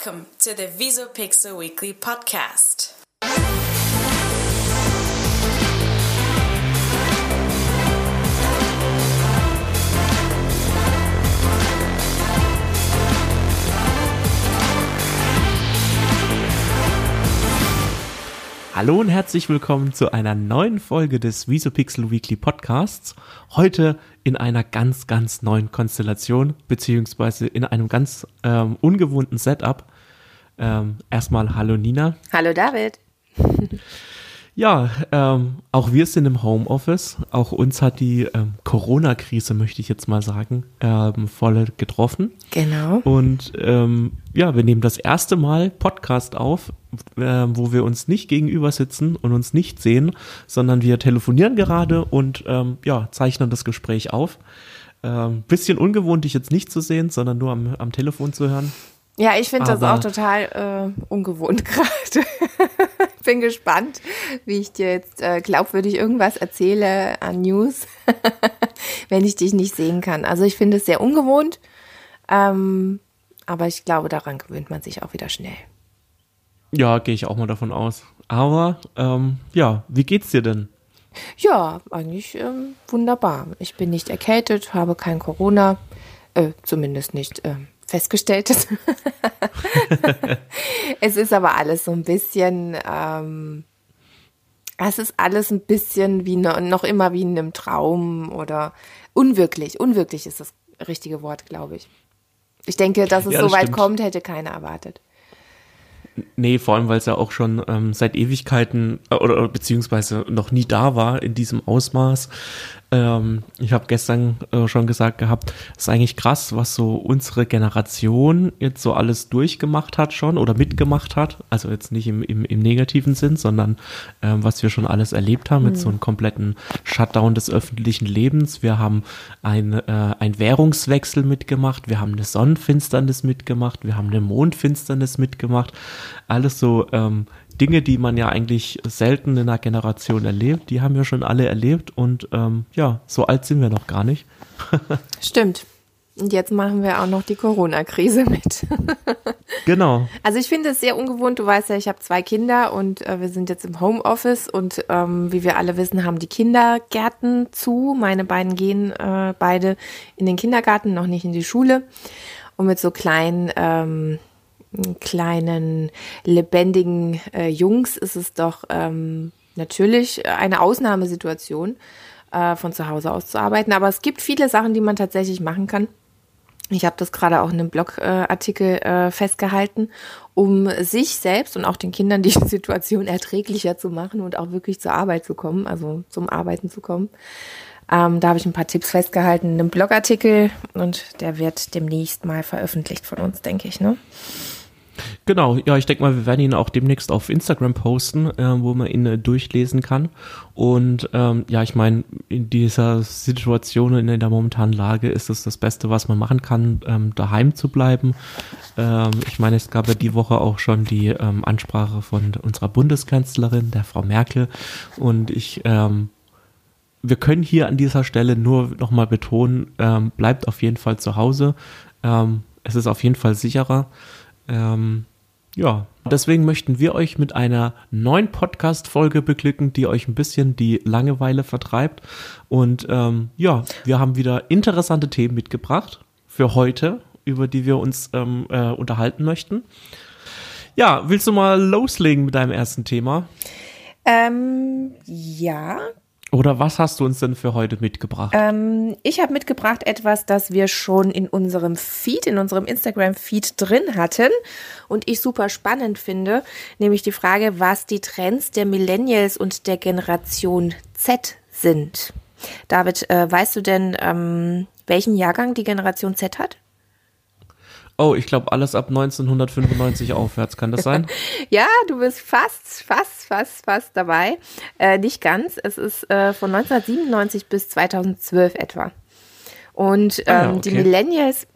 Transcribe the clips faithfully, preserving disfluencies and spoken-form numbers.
Welcome to the VisuPixel Weekly Podcast. Hallo und herzlich willkommen zu einer neuen Folge des VisuPixel Weekly Podcasts. Heute in einer ganz, ganz neuen Konstellation, beziehungsweise in einem ganz ähm, ungewohnten Setup. Ähm, erstmal hallo Nina. Hallo David. Ja, ähm, auch wir sind im Homeoffice. Auch uns hat die ähm, Corona-Krise, möchte ich jetzt mal sagen, ähm, voll getroffen. Genau. Und ähm, ja, wir nehmen das erste Mal Podcast auf, äh, wo wir uns nicht gegenüber sitzen und uns nicht sehen, sondern wir telefonieren gerade und ähm, ja, zeichnen das Gespräch auf. Ähm, bisschen ungewohnt, dich jetzt nicht zu sehen, sondern nur am, am Telefon zu hören. Ja, ich finde das Aber- auch total äh, ungewohnt gerade. Ich bin gespannt, wie ich dir jetzt äh, glaubwürdig irgendwas erzähle an News, wenn ich dich nicht sehen kann. Also ich finde es sehr ungewohnt, ähm, aber ich glaube, daran gewöhnt man sich auch wieder schnell. Ja, gehe ich auch mal davon aus. Aber ähm, ja, wie geht's dir denn? Ja, eigentlich ähm, wunderbar. Ich bin nicht erkältet, habe kein Corona, äh, zumindest nicht äh, festgestelltes. Es ist aber alles so ein bisschen, ähm, es ist alles ein bisschen wie no, noch immer wie in einem Traum oder unwirklich. Unwirklich ist das richtige Wort, glaube ich. Ich denke, dass es Ja, so das weit stimmt. kommt, hätte keiner erwartet. Nee, vor allem, weil es ja auch schon ähm, seit Ewigkeiten äh, oder, oder beziehungsweise noch nie da war in diesem Ausmaß. Ähm, ich habe gestern äh, schon gesagt gehabt, es ist eigentlich krass, was so unsere Generation jetzt so alles durchgemacht hat schon oder mitgemacht hat. Also jetzt nicht im, im, im negativen Sinn, sondern ähm, was wir schon alles erlebt haben mit so einem kompletten Shutdown des öffentlichen Lebens. Wir haben ein, äh, ein Währungswechsel mitgemacht, wir haben eine Sonnenfinsternis mitgemacht, wir haben eine Mondfinsternis mitgemacht. Alles so ähm, Dinge, die man ja eigentlich selten in einer Generation erlebt, die haben wir schon alle erlebt und ähm, ja, so alt sind wir noch gar nicht. Stimmt. Und jetzt machen wir auch noch die Corona-Krise mit. Genau. Also ich finde es sehr ungewohnt. Du weißt ja, ich habe zwei Kinder und äh, wir sind jetzt im Homeoffice und ähm, wie wir alle wissen, haben die Kindergärten zu. Meine beiden gehen äh, beide in den Kindergarten, noch nicht in die Schule. Und mit so kleinen, ähm, kleinen, lebendigen äh, Jungs ist es doch ähm, natürlich eine Ausnahmesituation, äh, von zu Hause aus zu arbeiten. Aber es gibt viele Sachen, die man tatsächlich machen kann. Ich habe das gerade auch in einem Blogartikel äh, festgehalten, um sich selbst und auch den Kindern die Situation erträglicher zu machen und auch wirklich zur Arbeit zu kommen, also zum Arbeiten zu kommen. Ähm, da habe ich ein paar Tipps festgehalten in einem Blogartikel und der wird demnächst mal veröffentlicht von uns, denke ich, ne? Genau, ja, ich denke mal, wir werden ihn auch demnächst auf Instagram posten, äh, wo man ihn äh, durchlesen kann. Und ähm, ja, ich meine, in dieser Situation, in der momentanen Lage ist es das Beste, was man machen kann, ähm, daheim zu bleiben. Ähm, ich meine, es gab ja die Woche auch schon die ähm, Ansprache von unserer Bundeskanzlerin, der Frau Merkel. Und ich, ähm, wir können hier an dieser Stelle nur nochmal betonen, ähm, bleibt auf jeden Fall zu Hause. Ähm, es ist auf jeden Fall sicherer. Ähm, ja, deswegen möchten wir euch mit einer neuen Podcast-Folge beglücken, die euch ein bisschen die Langeweile vertreibt. Und ähm, ja, wir haben wieder interessante Themen mitgebracht für heute, über die wir uns ähm, äh, unterhalten möchten. Ja, willst du mal loslegen mit deinem ersten Thema? Ähm, ja, Oder was hast du uns denn für heute mitgebracht? Ähm, ich habe mitgebracht etwas, das wir schon in unserem Feed, in unserem Instagram-Feed drin hatten und ich super spannend finde, nämlich die Frage, was die Trends der Millennials und der Generation Z sind. David, äh, weißt du denn, ähm, welchen Jahrgang die Generation Z hat? Oh, ich glaube alles ab neunzehnhundertfünfundneunzig aufwärts, kann das sein? Ja, du bist fast, fast, fast, fast dabei. Äh, nicht ganz. Es ist äh, von neunzehnhundertsiebenundneunzig bis zweitausendzwölf etwa. Und ähm, Ah ja, okay. die Millennials,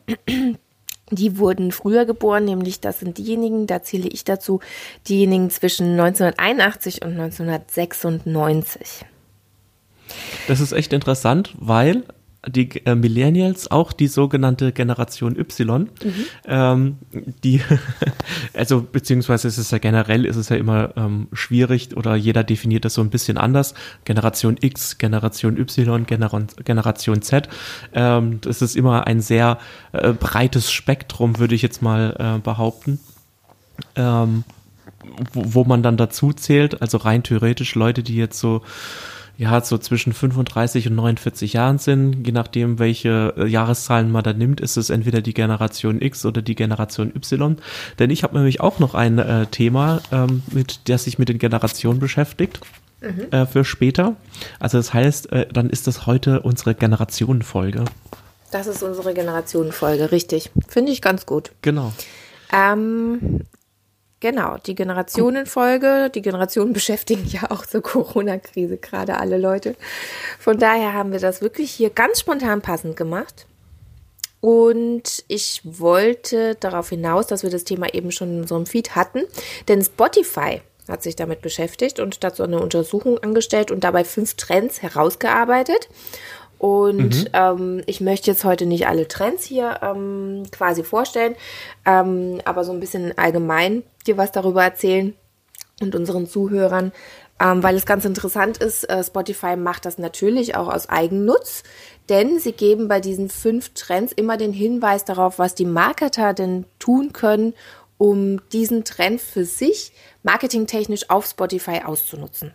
die wurden früher geboren, nämlich das sind diejenigen, da zähle ich dazu, diejenigen zwischen neunzehnhunderteinundachtzig und neunzehnhundertsechsundneunzig. Das ist echt interessant, weil die äh, Millennials, auch die sogenannte Generation Y, mhm. ähm, die, also beziehungsweise ist es ja generell, ist es ja immer ähm, schwierig oder jeder definiert das so ein bisschen anders. Generation X, Generation Y, Gener- Generation Z. Ähm, das ist immer ein sehr äh, breites Spektrum, würde ich jetzt mal äh, behaupten. Ähm, wo, wo man dann dazu zählt, also rein theoretisch Leute, die jetzt so ja, so zwischen fünfunddreißig und neunundvierzig Jahren sind, je nachdem, welche äh, Jahreszahlen man da nimmt, ist es entweder die Generation X oder die Generation Y. Denn ich habe nämlich auch noch ein äh, Thema, ähm, mit der sich mit den Generationen beschäftigt, mhm. äh, für später. Also das heißt, äh, dann ist das heute unsere Generationenfolge. Das ist unsere Generationenfolge, richtig. Finde ich ganz gut. Genau. Ähm, Genau, die Generationenfolge, die Generationen beschäftigen ja auch zur Corona-Krise gerade alle Leute. Von daher haben wir das wirklich hier ganz spontan passend gemacht. Und ich wollte darauf hinaus, dass wir das Thema eben schon in unserem Feed hatten, denn Spotify hat sich damit beschäftigt und dazu eine Untersuchung angestellt und dabei fünf Trends herausgearbeitet. Und mhm. ähm, ich möchte jetzt heute nicht alle Trends hier ähm, quasi vorstellen, ähm, aber so ein bisschen allgemein dir was darüber erzählen und unseren Zuhörern, ähm, weil es ganz interessant ist, äh, Spotify macht das natürlich auch aus Eigennutz, denn sie geben bei diesen fünf Trends immer den Hinweis darauf, was die Marketer denn tun können, um diesen Trend für sich marketingtechnisch auf Spotify auszunutzen.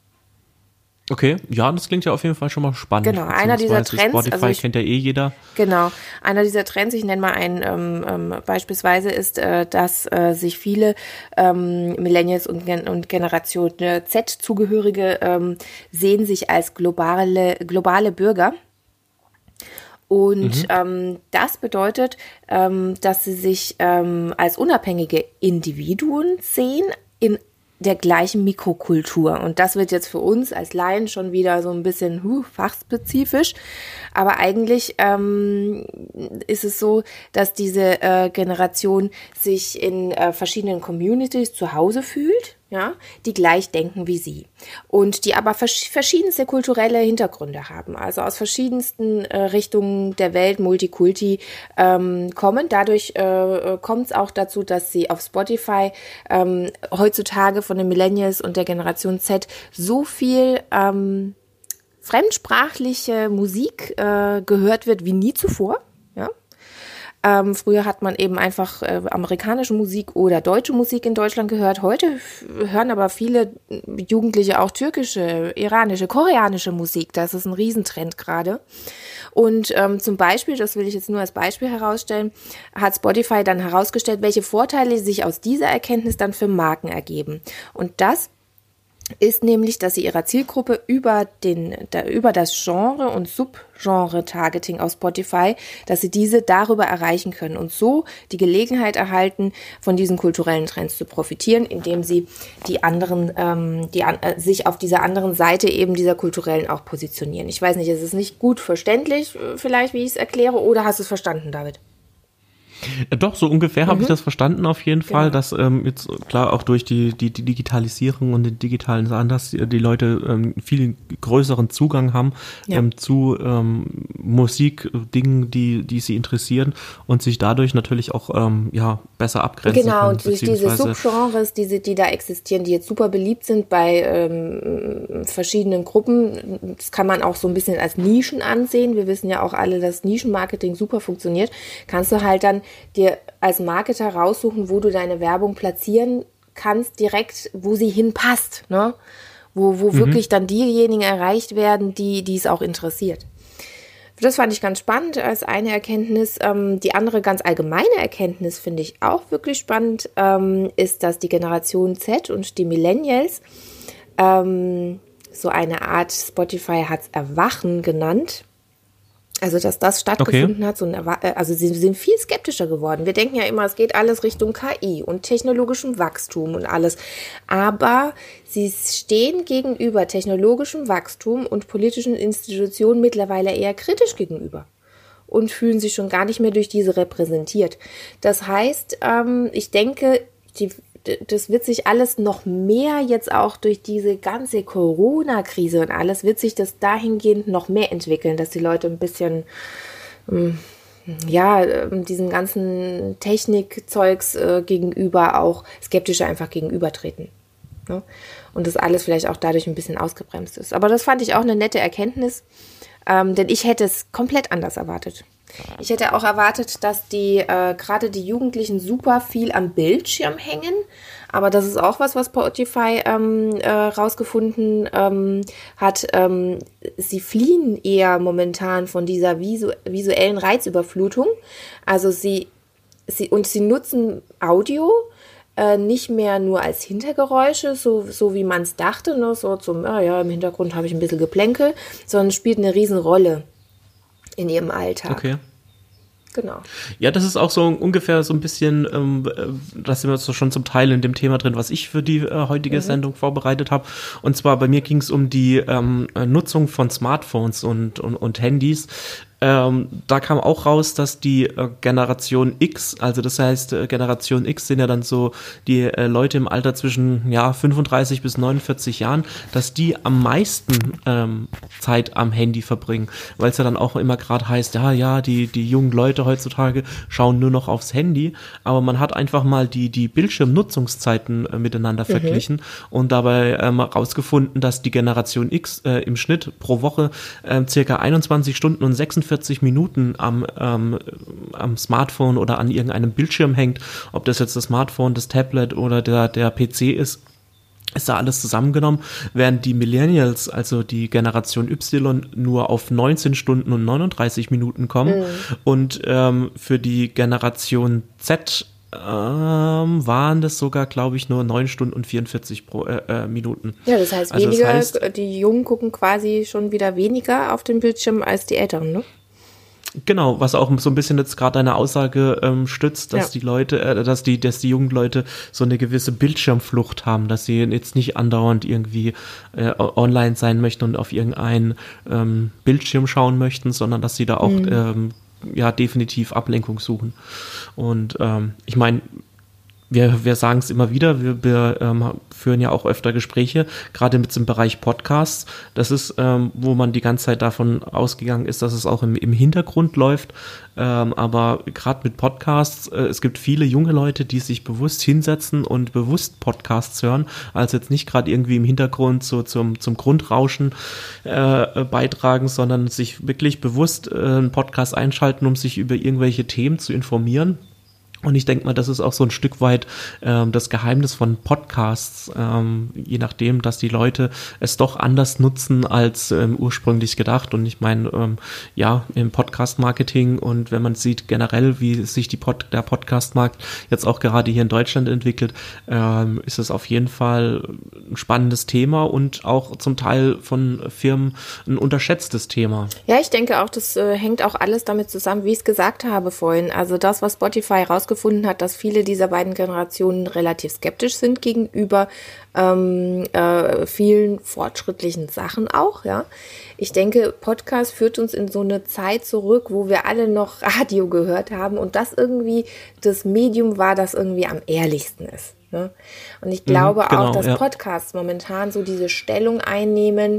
Okay, ja, das klingt ja auf jeden Fall schon mal spannend. Genau, einer dieser Trends. Spotify also ich, kennt ja eh jeder. Genau, einer dieser Trends, ich nenne mal einen, ähm, ähm, beispielsweise ist, äh, dass äh, sich viele ähm, Millennials und, Gen- und Generation Z-Zugehörige ähm, sehen sich als globale, globale Bürger. Und mhm. ähm, das bedeutet, ähm, dass sie sich ähm, als unabhängige Individuen sehen in der gleichen Mikrokultur. Und das wird jetzt für uns als Laien schon wieder so ein bisschen huh, fachspezifisch. Aber eigentlich ähm, ist es so, dass diese äh, Generation sich in äh, verschiedenen Communities zu Hause fühlt, ja, die gleich denken wie sie. Und die aber vers- verschiedenste kulturelle Hintergründe haben. Also aus verschiedensten äh, Richtungen der Welt, Multikulti, ähm, kommen. Dadurch äh, kommt es auch dazu, dass sie auf Spotify ähm, heutzutage von den Millennials und der Generation Z so viel ähm, fremdsprachliche Musik äh, gehört wird wie nie zuvor. Ja? Ähm, früher hat man eben einfach äh, amerikanische Musik oder deutsche Musik in Deutschland gehört. Heute f- hören aber viele Jugendliche auch türkische, iranische, koreanische Musik. Das ist ein Riesentrend gerade. Und ähm, zum Beispiel, das will ich jetzt nur als Beispiel herausstellen, hat Spotify dann herausgestellt, welche Vorteile sich aus dieser Erkenntnis dann für Marken ergeben. Und das ist nämlich, dass sie ihrer Zielgruppe über den, da, über das Genre- und Subgenre-Targeting auf Spotify, dass sie diese darüber erreichen können und so die Gelegenheit erhalten, von diesen kulturellen Trends zu profitieren, indem sie die anderen, ähm, die äh, sich auf dieser anderen Seite eben dieser kulturellen auch positionieren. Ich weiß nicht, ist es nicht gut verständlich, vielleicht, wie ich es erkläre, oder hast du es verstanden, David? Doch, so ungefähr mhm. habe ich das verstanden auf jeden Fall, genau. dass ähm, jetzt klar auch durch die, die, die Digitalisierung und den digitalen Sachen, dass die, die Leute ähm, viel größeren Zugang haben ja. ähm, zu ähm, Musikdingen, die, die sie interessieren und sich dadurch natürlich auch ähm, ja, besser abgrenzen genau, können. Genau, und durch diese Subgenres, die, die da existieren, die jetzt super beliebt sind bei ähm, verschiedenen Gruppen, das kann man auch so ein bisschen als Nischen ansehen. Wir wissen ja auch alle, dass Nischenmarketing super funktioniert. Kannst du halt dann dir als Marketer raussuchen, wo du deine Werbung platzieren kannst, direkt, wo sie hinpasst, ne? Wo, wo mhm. wirklich dann diejenigen erreicht werden, die, die es auch interessiert. Das fand ich ganz spannend als eine Erkenntnis. Ähm, die andere ganz allgemeine Erkenntnis finde ich auch wirklich spannend, ähm, ist, dass die Generation Z und die Millennials ähm, so eine Art, Spotify hat es Erwachen genannt, also, dass das stattgefunden okay. hat, so ein Erwa- also sie sind viel skeptischer geworden. Wir denken ja immer, es geht alles Richtung K I und technologischem Wachstum und alles. Aber sie stehen gegenüber technologischem Wachstum und politischen Institutionen mittlerweile eher kritisch gegenüber und fühlen sich schon gar nicht mehr durch diese repräsentiert. Das heißt, ähm, ich denke, die das wird sich alles noch mehr jetzt auch durch diese ganze Corona-Krise und alles, wird sich das dahingehend noch mehr entwickeln, dass die Leute ein bisschen, ja, diesem ganzen Technikzeugs äh, gegenüber auch skeptischer einfach gegenübertreten. Ne? Und das alles vielleicht auch dadurch ein bisschen ausgebremst ist. Aber das fand ich auch eine nette Erkenntnis, ähm, denn ich hätte es komplett anders erwartet. Ich hätte auch erwartet, dass die äh, gerade die Jugendlichen super viel am Bildschirm hängen, aber das ist auch was, was Spotify ähm, äh, rausgefunden ähm, hat. Ähm, sie fliehen eher momentan von dieser visu- visuellen Reizüberflutung. Also sie, sie und sie nutzen Audio äh, nicht mehr nur als Hintergeräusche, so, so wie man es dachte, ne? So zum, ja, ja, im Hintergrund habe ich ein bisschen Geplänkel, sondern spielt eine Riesenrolle in ihrem Alltag. Okay. Genau. Ja, das ist auch so ungefähr so ein bisschen, ähm, da sind wir so schon zum Teil in dem Thema drin, was ich für die äh, heutige mhm. Sendung vorbereitet habe. Und zwar bei mir ging es um die ähm, Nutzung von Smartphones und, und, und Handys. Ähm, da kam auch raus, dass die äh, Generation X, also das heißt äh, Generation X sind ja dann so die äh, Leute im Alter zwischen ja fünfunddreißig bis neunundvierzig Jahren, dass die am meisten ähm, Zeit am Handy verbringen, weil es ja dann auch immer gerade heißt, ja, ja, die die jungen Leute heutzutage schauen nur noch aufs Handy, aber man hat einfach mal die die Bildschirmnutzungszeiten äh, miteinander mhm. verglichen und dabei ähm, rausgefunden, dass die Generation X äh, im Schnitt pro Woche äh, circa einundzwanzig Stunden und sechsundvierzig Minuten am, ähm, am Smartphone oder an irgendeinem Bildschirm hängt, ob das jetzt das Smartphone, das Tablet oder der, der P C ist, ist da alles zusammengenommen, während die Millennials, also die Generation Y, nur auf neunzehn Stunden und neununddreißig Minuten kommen mhm. und ähm, für die Generation Z Ähm, waren das sogar, glaube ich, nur neun Stunden und vierundvierzig pro, äh, äh, Minuten. Ja, das heißt, also weniger, das heißt, die Jungen gucken quasi schon wieder weniger auf den Bildschirm als die Älteren, ne? Genau, was auch so ein bisschen jetzt gerade deine Aussage ähm, stützt, dass ja. die Leute, äh, dass die, dass die jungen Leute so eine gewisse Bildschirmflucht haben, dass sie jetzt nicht andauernd irgendwie äh, online sein möchten und auf irgendeinen ähm, Bildschirm schauen möchten, sondern dass sie da auch mhm. ähm, ja definitiv Ablenkung suchen. Und ähm, ich meine, wir, wir sagen es immer wieder, wir, wir ähm, führen ja auch öfter Gespräche, gerade mit dem Bereich Podcasts. Das ist, ähm, wo man die ganze Zeit davon ausgegangen ist, dass es auch im, im Hintergrund läuft. Ähm, aber gerade mit Podcasts, äh, es gibt viele junge Leute, die sich bewusst hinsetzen und bewusst Podcasts hören, also jetzt nicht gerade irgendwie im Hintergrund so zum, zum Grundrauschen äh, beitragen, sondern sich wirklich bewusst äh, einen Podcast einschalten, um sich über irgendwelche Themen zu informieren. Und ich denke mal, das ist auch so ein Stück weit ähm, das Geheimnis von Podcasts, ähm, je nachdem, dass die Leute es doch anders nutzen als ähm, ursprünglich gedacht. Und ich meine, ähm, ja, im Podcast-Marketing und wenn man sieht generell, wie sich die Pod- der Podcast-Markt jetzt auch gerade hier in Deutschland entwickelt, ähm, ist es auf jeden Fall ein spannendes Thema und auch zum Teil von Firmen ein unterschätztes Thema. Ja, ich denke auch, das äh, hängt auch alles damit zusammen, wie ich es gesagt habe vorhin. Also das, was Spotify rausgefunden hat, dass viele dieser beiden Generationen relativ skeptisch sind gegenüber ähm, äh, vielen fortschrittlichen Sachen auch, ja. Ich denke, Podcast führt uns in so eine Zeit zurück, wo wir alle noch Radio gehört haben und das irgendwie das Medium war, das irgendwie am ehrlichsten ist, ne? Und ich glaube mhm, genau, auch, dass ja. Podcasts momentan so diese Stellung einnehmen,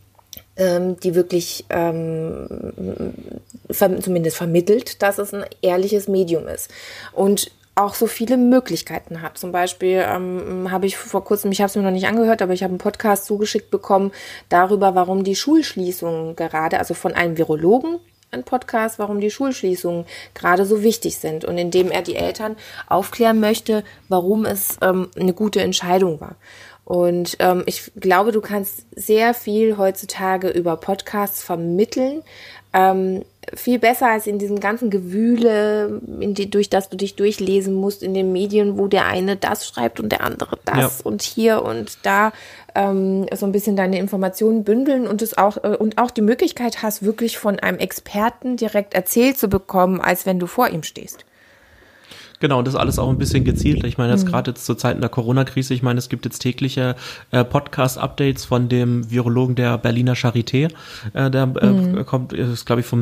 die wirklich ähm, ver- zumindest vermittelt, dass es ein ehrliches Medium ist und auch so viele Möglichkeiten hat. Zum Beispiel ähm, habe ich vor kurzem, ich habe es mir noch nicht angehört, aber ich habe einen Podcast zugeschickt bekommen darüber, warum die Schulschließungen gerade, also von einem Virologen, ein Podcast, warum die Schulschließungen gerade so wichtig sind und indem er die Eltern aufklären möchte, warum es ähm, eine gute Entscheidung war. Und ähm, ich glaube, du kannst sehr viel heutzutage über Podcasts vermitteln, ähm, viel besser als in diesem ganzen Gewühle, in die, durch das du dich durchlesen musst in den Medien, wo der eine das schreibt und der andere das ja. und hier und da ähm, so ein bisschen deine Informationen bündeln und es auch äh, und auch die Möglichkeit hast, wirklich von einem Experten direkt erzählt zu bekommen, als wenn du vor ihm stehst. Genau, das alles auch ein bisschen gezielt. Ich meine, jetzt mhm. gerade jetzt zur Zeit in der Corona-Krise, ich meine, es gibt jetzt tägliche äh, Podcast-Updates von dem Virologen der Berliner Charité. Äh, der äh, mhm. kommt, ist glaube ich vom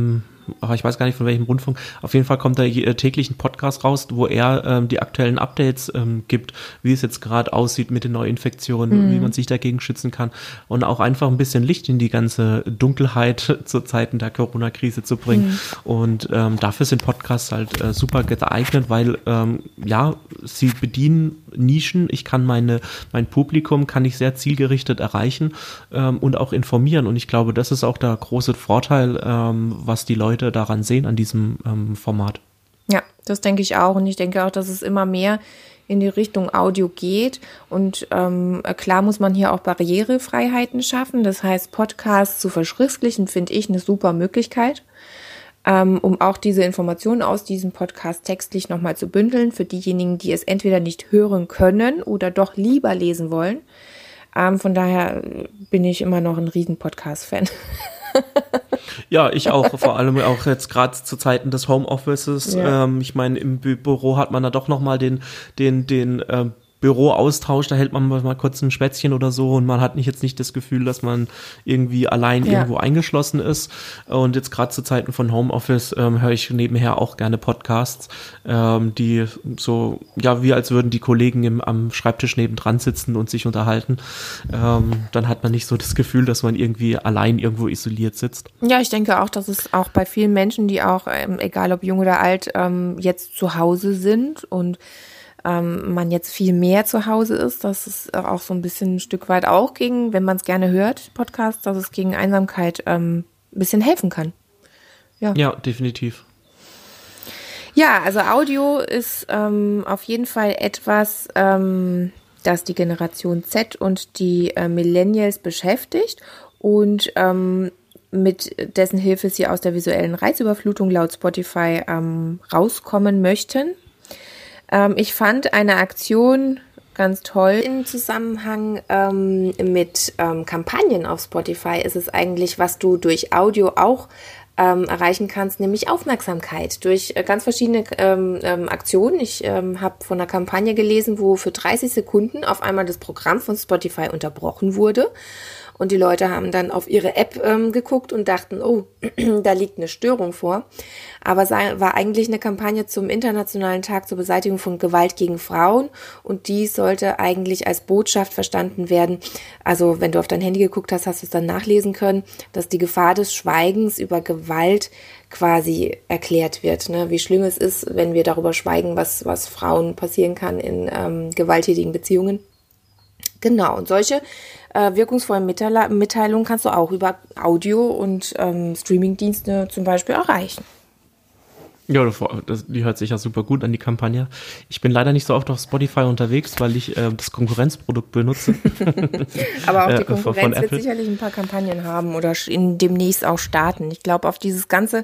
aber ich weiß gar nicht von welchem Rundfunk, auf jeden Fall kommt da äh, täglich ein Podcast raus, wo er ähm, die aktuellen Updates ähm, gibt, wie es jetzt gerade aussieht mit den Neuinfektionen, mhm. wie man sich dagegen schützen kann und auch einfach ein bisschen Licht in die ganze Dunkelheit zu Zeiten der Corona-Krise zu bringen. Mhm. Und ähm, dafür sind Podcasts halt äh, super geeignet, weil ähm, ja, sie bedienen Nischen. Ich kann meine mein Publikum kann ich sehr zielgerichtet erreichen ähm, und auch informieren. Und ich glaube, das ist auch der große Vorteil, ähm, was die Leute daran sehen an diesem ähm, Format. Ja, das denke ich auch. Und ich denke auch, dass es immer mehr in die Richtung Audio geht. Und ähm, klar muss man hier auch Barrierefreiheiten schaffen. Das heißt, Podcasts zu verschriftlichen, finde ich eine super Möglichkeit, ähm, um auch diese Informationen aus diesem Podcast textlich nochmal zu bündeln für diejenigen, die es entweder nicht hören können oder doch lieber lesen wollen. Ähm, von daher bin ich immer noch ein riesen Podcast-Fan. Ja, ich auch, vor allem auch jetzt gerade zu Zeiten des Homeoffices. Ja. Ähm, ich meine, im Bü- Büro hat man da doch nochmal den, den, den äh, Büroaustausch, da hält man mal kurz ein Schwätzchen oder so und man hat nicht jetzt nicht das Gefühl, dass man irgendwie allein ja. irgendwo eingeschlossen ist. Und jetzt gerade zu Zeiten von Homeoffice ähm, höre ich nebenher auch gerne Podcasts, ähm, die so, ja, wie als würden die Kollegen im, am Schreibtisch nebendran sitzen und sich unterhalten. Ähm, dann hat man nicht so das Gefühl, dass man irgendwie allein irgendwo isoliert sitzt. Ja, ich denke auch, dass es auch bei vielen Menschen, die auch, ähm, egal ob jung oder alt, ähm, jetzt zu Hause sind und ähm, man jetzt viel mehr zu Hause ist, dass es auch so ein bisschen ein Stück weit auch gegen, wenn man es gerne hört, Podcasts, dass es gegen Einsamkeit ähm, ein bisschen helfen kann. Ja, ja, definitiv. Ja, also Audio ist ähm, auf jeden Fall etwas, ähm, das die Generation Z und die äh, Millennials beschäftigt und ähm, mit dessen Hilfe sie aus der visuellen Reizüberflutung laut Spotify ähm, rauskommen möchten. Ähm, ich fand eine Aktion ganz toll. Im Zusammenhang ähm, mit ähm, Kampagnen auf Spotify ist es eigentlich, was du durch Audio auch ähm, erreichen kannst, nämlich Aufmerksamkeit durch äh, ganz verschiedene ähm, ähm, Aktionen. Ich ähm, habe von einer Kampagne gelesen, wo für dreißig Sekunden auf einmal das Programm von Spotify unterbrochen wurde. Und die Leute haben dann auf ihre App ähm, geguckt und dachten, oh, da liegt eine Störung vor. Aber es war eigentlich eine Kampagne zum Internationalen Tag zur Beseitigung von Gewalt gegen Frauen. Und die sollte eigentlich als Botschaft verstanden werden. Also wenn du auf dein Handy geguckt hast, hast du es dann nachlesen können, dass die Gefahr des Schweigens über Gewalt quasi erklärt wird. Ne? Wie schlimm es ist, wenn wir darüber schweigen, was, was Frauen passieren kann in ähm, gewalttätigen Beziehungen. Genau, und solche äh, wirkungsvollen Mitteil- Mitteilungen kannst du auch über Audio- und ähm, Streamingdienste zum Beispiel erreichen. Ja, das, die hört sich ja super gut an, die Kampagne. Ich bin leider nicht so oft auf Spotify unterwegs, weil ich äh, das Konkurrenzprodukt benutze. Aber auch die Konkurrenz wird sicherlich ein paar Kampagnen haben oder in demnächst auch starten. Ich glaube, auf dieses ganze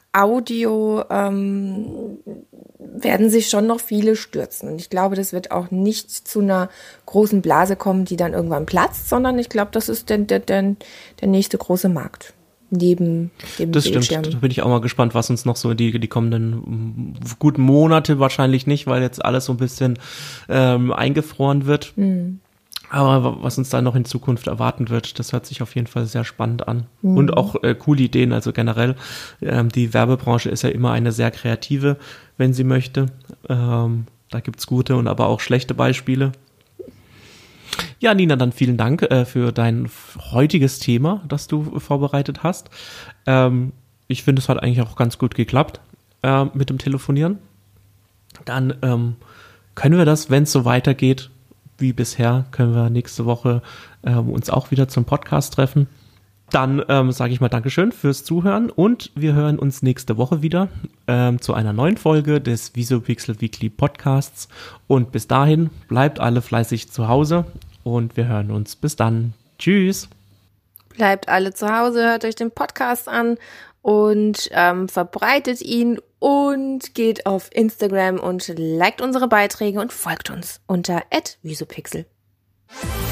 Audio ähm, werden sich schon noch viele stürzen. Und ich glaube, das wird auch nicht zu einer großen Blase kommen, die dann irgendwann platzt, sondern ich glaube, das ist der, der, der, der nächste große Markt. Neben dem Das Bildschirm. Stimmt, da bin ich auch mal gespannt, was uns noch so die, die kommenden guten Monate, wahrscheinlich nicht, weil jetzt alles so ein bisschen ähm, eingefroren wird. Mhm. Aber was uns da noch in Zukunft erwarten wird, das hört sich auf jeden Fall sehr spannend an. Mhm. Und auch äh, coole Ideen, also generell, ähm, die Werbebranche ist ja immer eine sehr kreative, wenn sie möchte. Ähm, da gibt's gute und aber auch schlechte Beispiele. Ja, Nina, dann vielen Dank äh, für dein heutiges Thema, das du vorbereitet hast. Ähm, ich finde, es hat eigentlich auch ganz gut geklappt äh, mit dem Telefonieren. Dann ähm, können wir das, wenn es so weitergeht wie bisher, können wir nächste Woche äh, uns auch wieder zum Podcast treffen. Dann ähm, sage ich mal Dankeschön fürs Zuhören und wir hören uns nächste Woche wieder ähm, zu einer neuen Folge des Visopixel Weekly Podcasts. Und bis dahin bleibt alle fleißig zu Hause und wir hören uns. Bis dann. Tschüss. Bleibt alle zu Hause, hört euch den Podcast an und ähm, verbreitet ihn und geht auf Instagram und liked unsere Beiträge und folgt uns unter at visopixel.